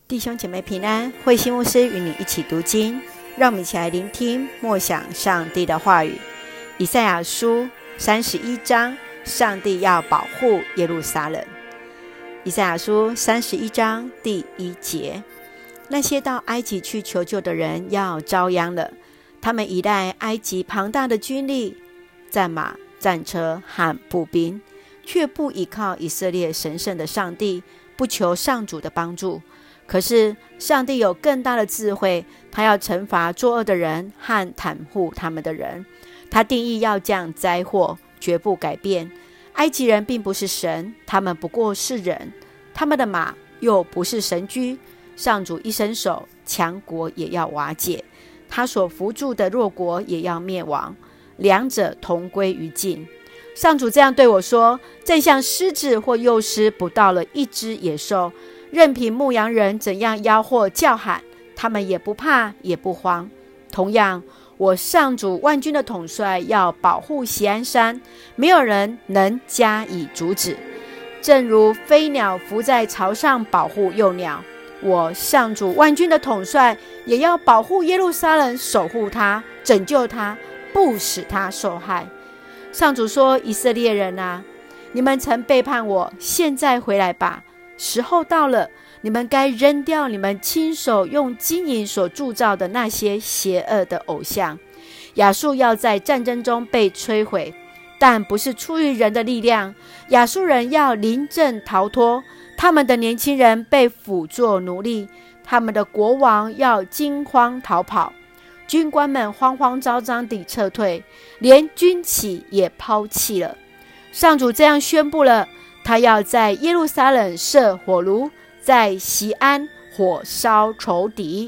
弟兄姐妹平安，慧馨牧师与你一起读经，让我们一起来聆听默想上帝的话语。以赛亚书31章，上帝要保护耶路撒冷。以赛亚书31章第1节，那些到埃及去求救的人要遭殃了，他们依赖埃及庞大的军力、战马、战车和步兵，却不依靠以色列神圣的上帝，不求上主的帮助。可是上帝有更大的智慧，他要惩罚作恶的人和袒护他们的人。他定义要降灾祸，绝不改变。埃及人并不是神，他们不过是人，他们的马又不是神驹。上主一伸手，强国也要瓦解，他所扶助的弱国也要灭亡，两者同归于尽。上主这样对我说，正像狮子或幼狮捕到了一只野兽，任凭牧羊人怎样吆喝叫喊，他们也不怕也不慌。同样，我上主万军的统帅要保护锡安山，没有人能加以阻止。正如飞鸟伏在巢上保护幼鸟，我上主万军的统帅也要保护耶路撒冷，守护它，拯救它，不使它受害。上主说，以色列人啊，你们曾背叛我，现在回来吧，时候到了，你们该扔掉你们亲手用金银所铸造的那些邪恶的偶像。亚述要在战争中被摧毁，但不是出于人的力量。亚述人要临阵逃脱，他们的年轻人被俘作奴隶，他们的国王要惊慌逃跑，军官们慌慌张张地撤退，连军旗也抛弃了。上主这样宣布了，他要在耶路撒冷设火炉，在锡安火烧仇敌。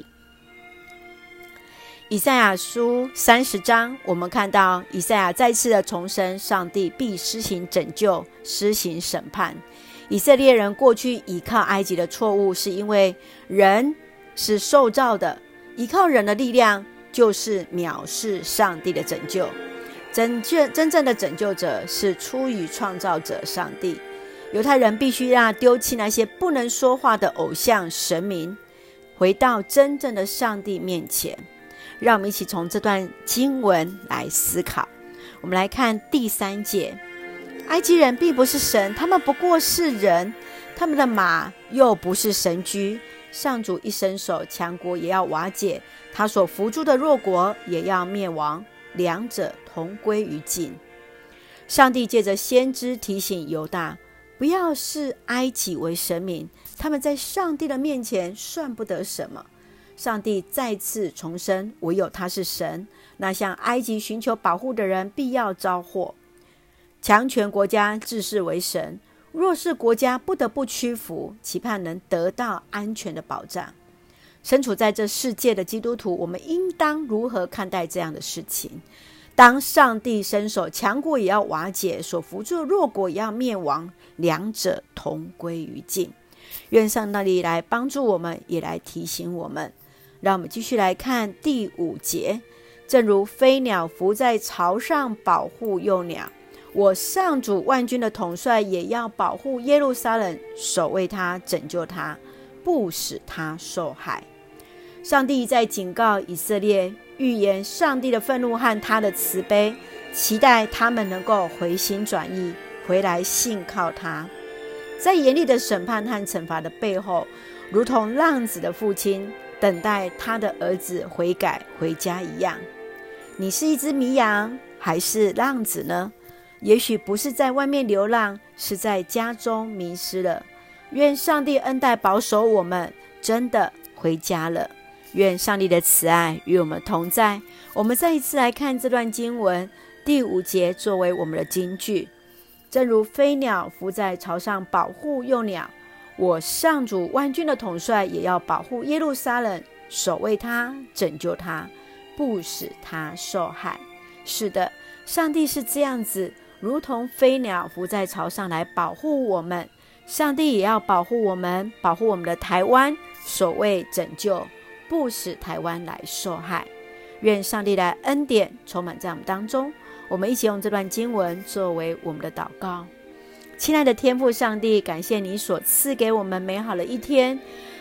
以赛亚书30章，我们看到以赛亚再次的重申，上帝必施行拯救，施行审判。以色列人过去依靠埃及的错误，是因为人是受造的，依靠人的力量就是藐视上帝的拯救。真正的拯救者是出于创造者上帝。犹太人必须让丢弃那些不能说话的偶像神明，回到真正的上帝面前。让我们一起从这段经文来思考。我们来看第3节，埃及人并不是神，他们不过是人，他们的马又不是神驹。上主一伸手，强国也要瓦解，他所扶助的弱国也要灭亡，两者同归于尽。上帝借着先知提醒犹大，不要视埃及为神明，他们在上帝的面前算不得什么。上帝再次重申，唯有他是神，那向埃及寻求保护的人必要遭祸。强权国家自视为神，弱势国家不得不屈服，期盼能得到安全的保障。身处在这世界的基督徒，我们应当如何看待这样的事情？当上帝伸手，强国也要瓦解，所扶助的弱国也要灭亡，两者同归于尽。愿上帝来帮助我们，也来提醒我们。让我们继续来看第5节，正如飞鸟伏在巢上保护幼鸟，我上主万军的统帅也要保护耶路撒冷，守卫他，拯救他，不使他受害。上帝在警告以色列，预言上帝的愤怒和他的慈悲，期待他们能够回心转意，回来信靠他。在严厉的审判和惩罚的背后，如同浪子的父亲等待他的儿子悔改回家一样。你是一只迷羊还是浪子呢？也许不是在外面流浪，是在家中迷失了。愿上帝恩待保守我们，真的回家了。愿上帝的慈爱与我们同在。我们再一次来看这段经文第5节，作为我们的金句。正如飞鸟伏在巢上保护幼鸟，我上主万军的统帅也要保护耶路撒冷，守卫他，拯救他，不使他受害。是的，上帝是这样子，如同飞鸟伏在巢上来保护我们，上帝也要保护我们，保护我们的台湾，守卫拯救，不使台湾来受害。愿上帝的恩典充满在我们当中。我们一起用这段经文作为我们的祷告。亲爱的天父上帝，感谢你所赐给我们美好的一天，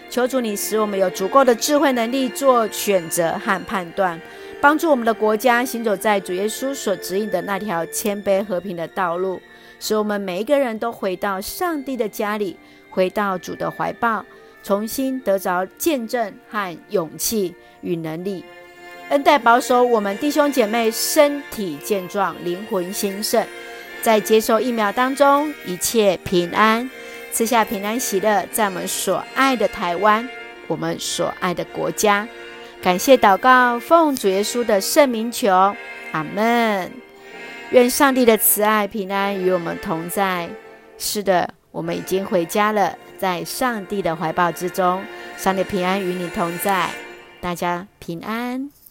求主你使我们有足够的智慧能力做选择和判断，帮助我们的国家行走在主耶稣所指引的那条谦卑和平的道路，使我们每一个人都回到上帝的家里，回到主的怀抱，重新得着见证和勇气与能力。恩待保守我们弟兄姐妹身体健壮，灵魂兴盛，在接受疫苗当中一切平安，赐下平安喜乐，在我们所爱的台湾，我们所爱的国家。感谢祷告，奉主耶稣的圣名求，阿们。愿上帝的慈爱平安与我们同在。是的，我们已经回家了，在上帝的怀抱之中，上帝平安与你同在，大家平安。